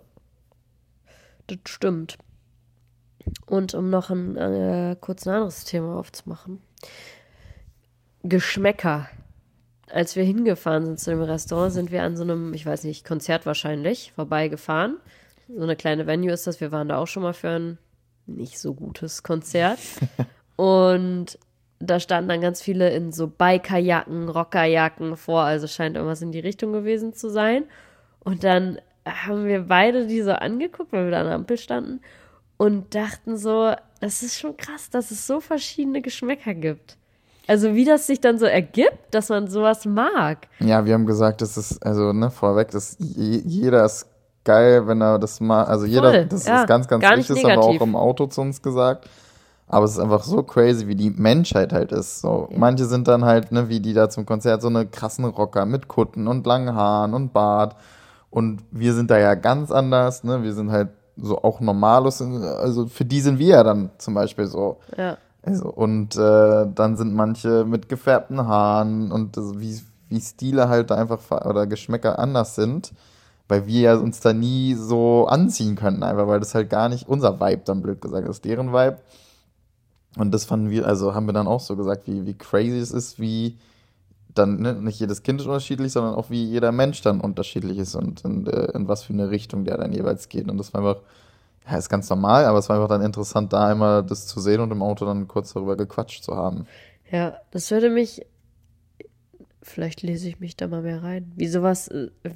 B: das stimmt. Und um noch kurz ein anderes Thema aufzumachen. Geschmäcker. Als wir hingefahren sind zu dem Restaurant, sind wir an so einem, ich weiß nicht, Konzert wahrscheinlich, vorbeigefahren. So eine kleine Venue ist das. Wir waren da auch schon mal für ein nicht so gutes Konzert. Und da standen dann ganz viele in so Bikerjacken, Rockerjacken vor. Also scheint irgendwas in die Richtung gewesen zu sein. Und dann haben wir beide die so angeguckt, weil wir da an der Ampel standen. Und dachten so, das ist schon krass, dass es so verschiedene Geschmäcker gibt. Also wie das sich dann so ergibt, dass man sowas mag.
C: Ja, wir haben gesagt, das ist, also vorweg, jeder ist geil, wenn er das mal, also jeder, das
B: ja,
C: ist ganz, ganz
B: gar
C: wichtig,
B: nicht
C: das haben wir auch
B: negativ.
C: im Auto zu uns gesagt. Aber es ist einfach so crazy, wie die Menschheit halt ist. So,
B: Ja.
C: manche sind dann halt, wie die da zum Konzert, so eine krassen Rocker mit Kutten und langen Haaren und Bart. Und wir sind da ja ganz anders, ne? Wir sind halt so auch Normalos, also für die sind wir ja dann zum Beispiel so.
B: Ja.
C: Also, und dann sind manche mit gefärbten Haaren und wie Stile halt einfach oder Geschmäcker anders sind, weil wir ja uns da nie so anziehen könnten, einfach weil das halt gar nicht unser Vibe dann blöd gesagt ist, deren Vibe. Und das fanden wir, also haben wir dann auch so gesagt, wie crazy es ist, wie dann, nicht jedes Kind ist unterschiedlich, sondern auch wie jeder Mensch dann unterschiedlich ist und in was für eine Richtung der dann jeweils geht. Und das war einfach, ja, ist ganz normal, aber es war einfach dann interessant, da einmal das zu sehen und im Auto dann kurz darüber gequatscht zu haben.
B: Ja, das würde mich Vielleicht lese ich mich da mal mehr rein. Wie sowas,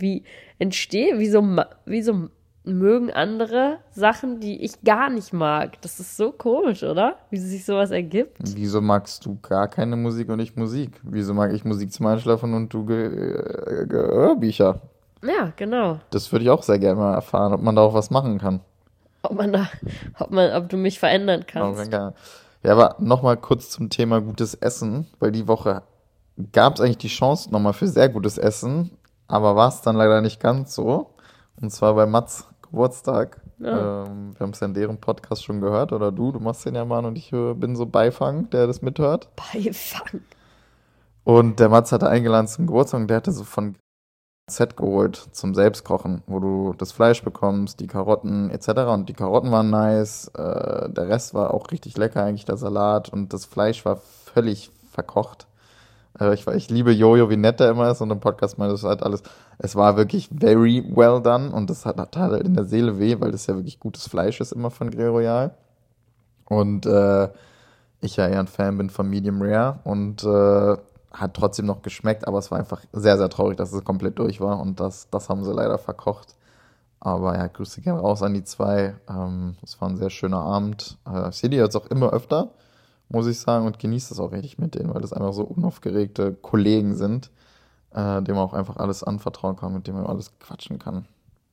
B: wieso mögen andere Sachen, die ich gar nicht mag? Das ist so komisch, oder? Wie sich sowas ergibt.
C: Wieso magst du gar keine Musik und ich Musik? Wieso mag ich Musik zum Einschlafen und du Hörbücher?
B: Ja, genau.
C: Das würde ich auch sehr gerne mal erfahren, ob man da auch was machen kann.
B: Ob du mich verändern kannst.
C: Ja, aber nochmal kurz zum Thema gutes Essen, weil die Woche gab es eigentlich die Chance nochmal für sehr gutes Essen, aber war es dann leider nicht ganz so. Und zwar bei Mats Geburtstag.
B: Ja.
C: Wir haben es ja in deren Podcast schon gehört, oder du machst den ja mal und ich bin so Beifang, der das mithört.
B: Beifang.
C: Und der Mats hatte eingeladen zum Geburtstag und der hatte so von Set geholt zum Selbstkochen, wo du das Fleisch bekommst, die Karotten etc. Und die Karotten waren nice, der Rest war auch richtig lecker, eigentlich der Salat und das Fleisch war völlig verkocht. Ich liebe Jojo, wie nett der immer ist und im Podcast meinte das halt alles. Es war wirklich very well done und das hat halt in der Seele weh, weil das ja wirklich gutes Fleisch ist immer von Grey Royal. Und ich ja eher ein Fan bin von Medium Rare und hat trotzdem noch geschmeckt, aber es war einfach sehr, sehr traurig, dass es komplett durch war und das haben sie leider verkocht. Aber ja, Grüße gerne raus an die zwei. Das war ein sehr schöner Abend. Ich sehe die jetzt auch immer öfter, muss ich sagen, und genieße das auch richtig mit denen, weil das einfach so unaufgeregte Kollegen sind, denen man auch einfach alles anvertrauen kann, mit denen man alles quatschen kann.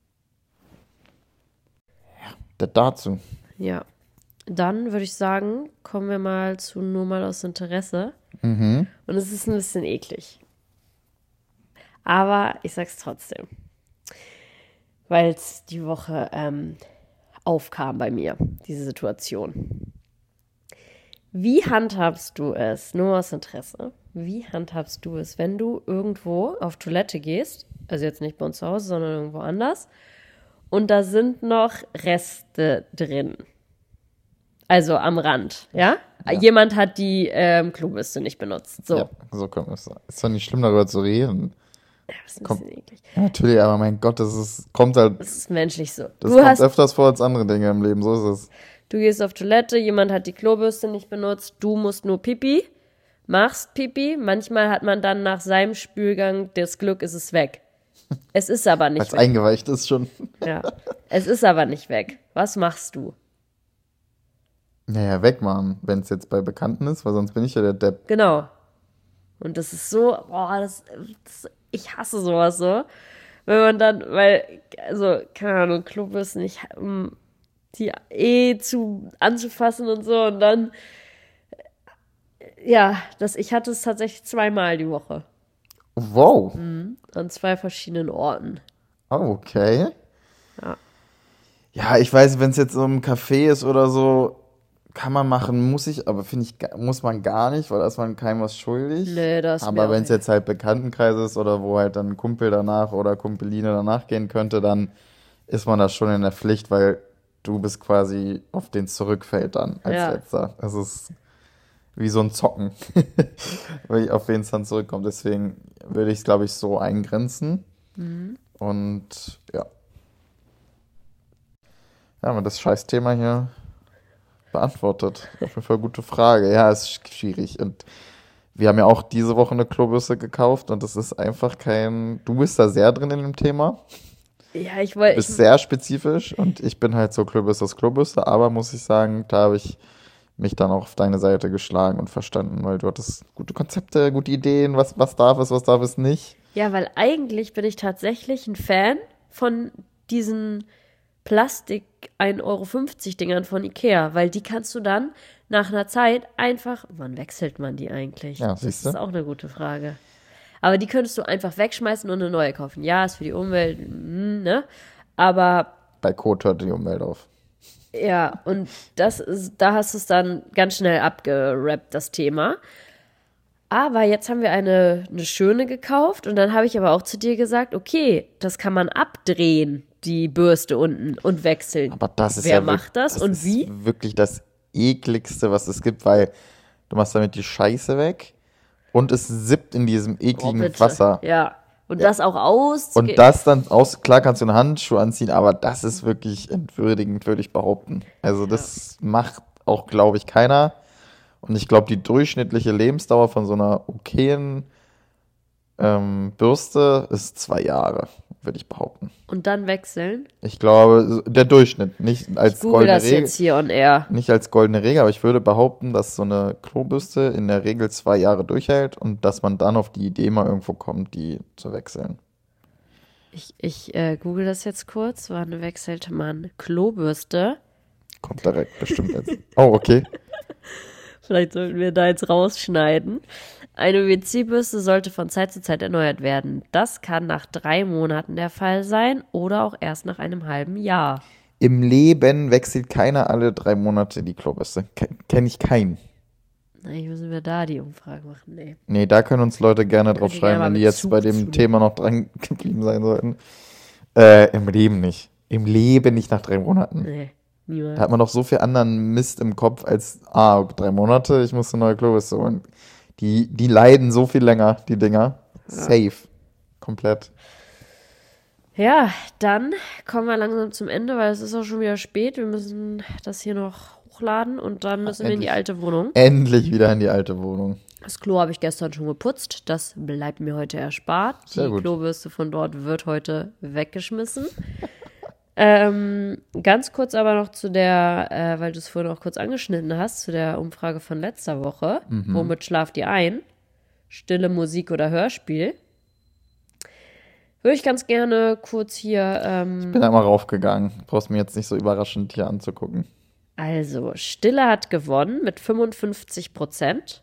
C: Ja, das dazu.
B: Ja. Dann würde ich sagen, kommen wir mal zu nur mal aus Interesse.
C: Mhm.
B: Und es ist ein bisschen eklig. Aber ich sag's trotzdem. Weil es die Woche aufkam bei mir, diese Situation. Wie handhabst du es, nur aus Interesse, wie handhabst du es, wenn du irgendwo auf Toilette gehst, also jetzt nicht bei uns zu Hause, sondern irgendwo anders, und da sind noch Reste drin? Also am Rand, ja?
C: Ja.
B: Jemand hat die Klobürste nicht benutzt. So.
C: Ja, so können wir es sagen. Ist doch nicht schlimm, darüber zu reden.
B: Ja, das ist ein bisschen eklig.
C: Ja, natürlich, aber mein Gott, kommt halt,
B: Das ist menschlich so.
C: das kommt öfters vor als andere Dinge im Leben, so ist es.
B: Du gehst auf Toilette, jemand hat die Klobürste nicht benutzt, du musst nur Pipi, machst Pipi. Manchmal hat man dann nach seinem Spülgang das Glück, ist es weg. Es ist aber nicht
C: Weil es
B: weg.
C: eingeweicht ist schon.
B: Ja. Es ist aber nicht weg. Was machst du?
C: Naja, wegmachen, wenn es jetzt bei Bekannten ist, weil sonst bin ich ja der Depp.
B: Genau. Und das ist so, ich hasse sowas so. Wenn man dann, also, keine Ahnung, Klobürsten, die anzufassen und so und dann, ja, ich hatte es tatsächlich 2-mal die Woche.
C: Wow.
B: An 2 verschiedenen Orten.
C: Oh, okay.
B: Ja.
C: Ja, ich weiß, wenn es jetzt so im Café ist oder so, kann man machen, aber muss man gar nicht, weil da ist man keinem was schuldig.
B: Nee, das ist mir
C: Aber
B: auch
C: wenn es jetzt halt Bekanntenkreis ist oder wo halt dann ein Kumpel danach oder Kumpeline danach gehen könnte, dann ist man da schon in der Pflicht, weil du bist quasi auf den zurückfällt dann als
B: Ja.
C: Letzter. Das ist wie so ein Zocken, auf wen es dann zurückkommt. Deswegen würde ich es, glaube ich, so eingrenzen. Und ja. Ja, aber das Scheißthema hier beantwortet. Auf jeden Fall gute Frage. Ja, ist schwierig. Und wir haben ja auch diese Woche eine Klobürste gekauft und das ist einfach du bist da sehr drin in dem Thema.
B: Ja,
C: Du bist sehr spezifisch und ich bin halt so Klobürste aus Klobürste, aber muss ich sagen, da habe ich mich dann auch auf deine Seite geschlagen und verstanden, weil du hattest gute Konzepte, gute Ideen, was darf es, was darf es nicht.
B: Ja, weil eigentlich bin ich tatsächlich ein Fan von diesen Plastik 1,50 € Dingern von Ikea, weil die kannst du dann nach einer Zeit einfach, wann wechselt man die eigentlich?
C: Ja,
B: das
C: siehste.
B: ist auch eine gute Frage. Aber die könntest du einfach wegschmeißen und eine neue kaufen. Ja, ist für die Umwelt, ne? Aber
C: Bei Kot hört die Umwelt auf.
B: ja, und da hast du es dann ganz schnell abgerappt, das Thema. Aber jetzt haben wir eine schöne gekauft und dann habe ich aber auch zu dir gesagt, okay, das kann man abdrehen, die Bürste unten und wechseln.
C: Aber das ist
B: Wer
C: ja
B: macht das und
C: ist
B: wie?
C: Wirklich das ekligste, was es gibt, weil du machst damit die Scheiße weg und es sippt in diesem ekligen
B: Bitte.
C: Wasser.
B: Ja, und das auch aus.
C: Und das dann klar kannst du einen Handschuh anziehen, aber das ist wirklich entwürdigend, würde ich behaupten. Also das macht auch, glaube ich, keiner. Und ich glaube, die durchschnittliche Lebensdauer von so einer okayen Bürste ist 2 Jahre, würde ich behaupten.
B: Und dann wechseln?
C: Ich glaube, der Durchschnitt, nicht als
B: Ich google
C: goldene
B: das
C: Regel.
B: jetzt hier on air.
C: Nicht als goldene Regel, aber ich würde behaupten, dass so eine Klobürste in der Regel 2 Jahre durchhält und dass man dann auf die Idee mal irgendwo kommt, die zu wechseln.
B: Ich google das jetzt kurz. Wann wechselte man Klobürste?
C: Kommt direkt bestimmt jetzt. Oh, okay.
B: Vielleicht sollten wir da jetzt rausschneiden. Eine WC-Bürste sollte von Zeit zu Zeit erneuert werden. Das kann nach 3 Monaten der Fall sein oder auch erst nach einem halben Jahr.
C: Im Leben wechselt keiner alle 3 Monate die Klobürste. Kenne ich keinen.
B: Eigentlich müssen wir da die Umfrage machen. Nee.
C: Nee, da können uns Leute gerne drauf
B: Könnt ihr
C: schreiben,
B: gerne mal
C: wenn die
B: mit
C: jetzt
B: Zug
C: bei dem
B: zunehmen.
C: Thema noch dran geblieben sein sollten. Im Leben nicht. Im Leben nicht nach 3 Monaten.
B: Nee,
C: Da
B: niemals.
C: hat man noch so viel anderen Mist im Kopf als, 3 Monate, ich muss eine neue Klobürste holen. Die leiden so viel länger, die Dinger. Safe. Komplett.
B: Ja, dann kommen wir langsam zum Ende, weil es ist auch schon wieder spät. Wir müssen das hier noch hochladen und dann müssen wir in die
C: endlich.
B: alte Wohnung.
C: Endlich wieder in die alte Wohnung.
B: Das Klo habe ich gestern schon geputzt. Das bleibt mir heute erspart.
C: Sehr
B: Die
C: gut.
B: Klobürste von dort wird heute weggeschmissen. Ganz kurz aber noch zu der, weil du es vorhin auch kurz angeschnitten hast, zu der Umfrage von letzter Woche. Womit schlaft ihr ein? Stille Musik oder Hörspiel? Würde ich ganz gerne kurz hier,
C: Bin einmal raufgegangen. Brauchst mir jetzt nicht so überraschend hier anzugucken.
B: also Stille hat gewonnen mit 55%.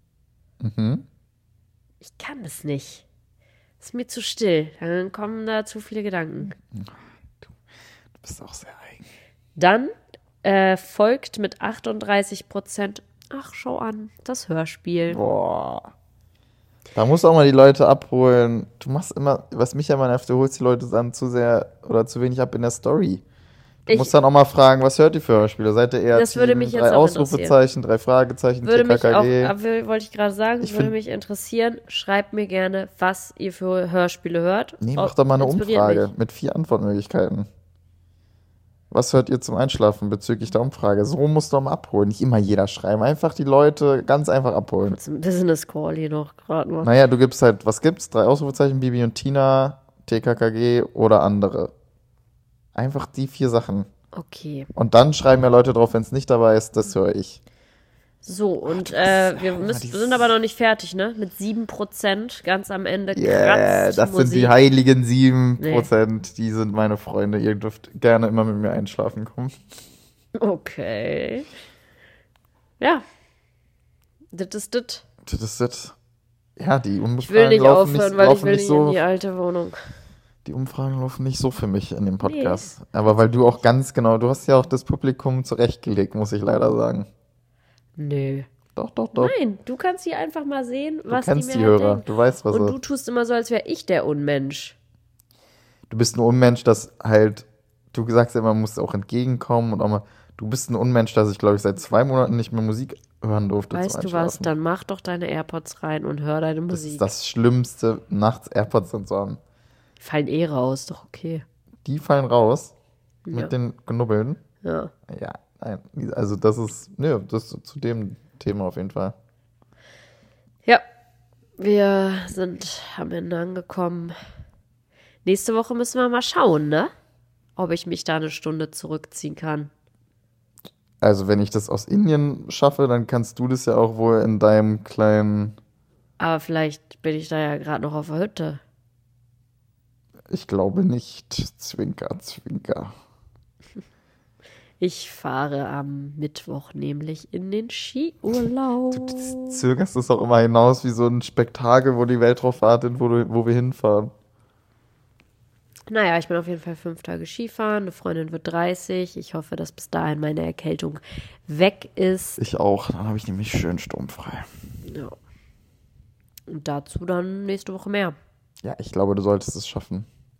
B: Ich kann es nicht. Ist mir zu still. Dann kommen da zu viele Gedanken.
C: Du bist auch sehr eigen.
B: Dann folgt mit 38%, ach, schau an, das Hörspiel.
C: Boah. Da musst du auch mal die Leute abholen. Du machst immer, was mich ja mal nervt, du holst die Leute dann zu sehr oder zu wenig ab in der Story. Du musst dann auch mal fragen, was hört ihr für Hörspiele? Seid ihr eher
B: Das würde
C: Team
B: mich jetzt
C: 3
B: auch
C: Ausrufezeichen, 3 Fragezeichen,
B: Würde mich auch,
C: TKKG?
B: wollte ich gerade sagen,
C: Ich
B: würde
C: find-
B: mich interessieren. Schreibt mir gerne, was ihr für Hörspiele hört.
C: Nee, mach doch mal eine
B: Inspiriert
C: Umfrage
B: mich.
C: mit 4 Antwortmöglichkeiten. Was hört ihr zum Einschlafen bezüglich der Umfrage? So musst du mal abholen. Nicht immer jeder schreiben. Einfach die Leute ganz einfach abholen.
B: Das ist ein Business Call hier noch gerade mal.
C: Naja, du gibst halt, was gibt's? 3 Ausrufezeichen, Bibi und Tina, TKKG oder andere. Einfach die 4 Sachen.
B: Okay.
C: Und dann schreiben ja Leute drauf, wenn es nicht dabei ist, das höre ich.
B: So, und wir
C: die-
B: sind aber noch nicht fertig, ne? Mit 7% ganz am Ende
C: Yeah,
B: kratzt
C: das
B: die
C: sind die
B: Musik.
C: heiligen 7%. Die sind meine Freunde. Ihr dürft gerne immer mit mir einschlafen kommen.
B: Okay. Ja. Das ist das.
C: Das ist das. Ja, die
B: Ich will
C: Umfragen
B: nicht
C: laufen
B: aufhören, weil ich will
C: nicht
B: nicht in
C: so.
B: die alte Wohnung.
C: Die Umfragen laufen nicht so für mich in dem Podcast. Aber weil du auch ganz genau, du hast ja auch das Publikum zurechtgelegt, muss ich leider sagen.
B: Nö.
C: Doch, doch, doch.
B: Nein, du kannst hier einfach mal sehen,
C: Du
B: was
C: kennst
B: die
C: die
B: Mehrheit
C: Hörer.
B: denkt.
C: Du weißt, was
B: Und
C: er.
B: du tust immer so, als wäre ich der Unmensch.
C: Du bist ein Unmensch, das halt, du sagst ja immer, man muss auch entgegenkommen und auch mal, du bist ein Unmensch, dass ich, glaube ich, seit 2 Monaten nicht mehr Musik hören durfte
B: Weißt
C: zum
B: du was?
C: Einschlafen.
B: Dann mach doch deine AirPods rein und hör deine
C: Das
B: Musik.
C: ist das Schlimmste, nachts AirPods drin zu haben.
B: Fallen eh raus, doch okay.
C: Die fallen raus
B: Ja.
C: mit den Knubbeln.
B: Ja.
C: Ja, nein, also das ist, nö, das ist zu dem Thema auf jeden Fall.
B: Ja, wir sind am Ende angekommen. Nächste Woche müssen wir mal schauen, ne? Ob ich mich da eine Stunde zurückziehen kann.
C: Also wenn ich das aus Indien schaffe, dann kannst du das ja auch wohl in deinem kleinen,
B: Aber vielleicht bin ich da ja gerade noch auf der Hütte.
C: ich glaube nicht, Zwinker, Zwinker.
B: Ich fahre am Mittwoch nämlich in den Skiurlaub.
C: Du zögerst es auch immer hinaus wie so ein Spektakel, wo die Welt drauf wartet, wo wir hinfahren.
B: Naja, ich bin auf jeden Fall 5 Tage Skifahren. Eine Freundin wird 30. Ich hoffe, dass bis dahin meine Erkältung weg ist.
C: Ich auch, dann habe ich nämlich schön sturmfrei.
B: Ja. Und dazu dann nächste Woche mehr.
C: Ja, ich glaube, du solltest es schaffen.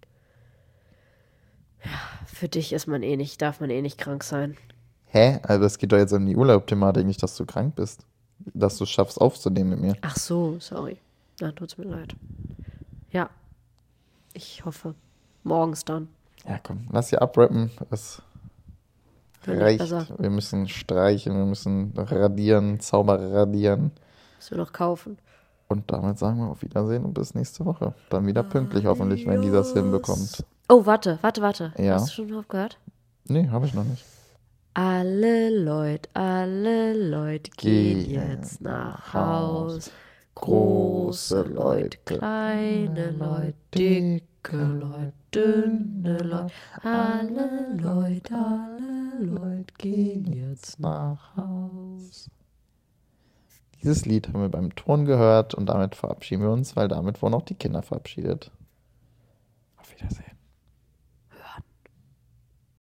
B: Für dich ist man eh nicht, darf man eh nicht krank sein.
C: Hä? Also es geht doch jetzt um die Urlaub-Thematik, nicht, dass du krank bist. Dass du es schaffst, aufzunehmen mit mir.
B: Ach so, sorry. Na, tut's mir leid. Ja. Ich hoffe. Morgens dann.
C: Ja, komm, lass hier abrappen. Es
B: Finde ich
C: reicht.
B: besser.
C: Wir müssen streichen, wir müssen radieren, Zauber radieren.
B: Müssen wir noch kaufen.
C: Und damit sagen wir auf Wiedersehen und bis nächste Woche. Dann wieder pünktlich hoffentlich, wenn dieser es hinbekommt.
B: Oh, warte.
C: Ja.
B: Hast du schon aufgehört?
C: Nee, habe ich noch nicht.
B: Alle Leute gehen jetzt nach Haus. Große Leute, kleine Leute, dicke Leute, dünne Leute. Alle Leute gehen jetzt nach Haus.
C: Dieses Lied haben wir beim Ton gehört und damit verabschieden wir uns, weil damit wurden auch die Kinder verabschiedet. Auf Wiedersehen.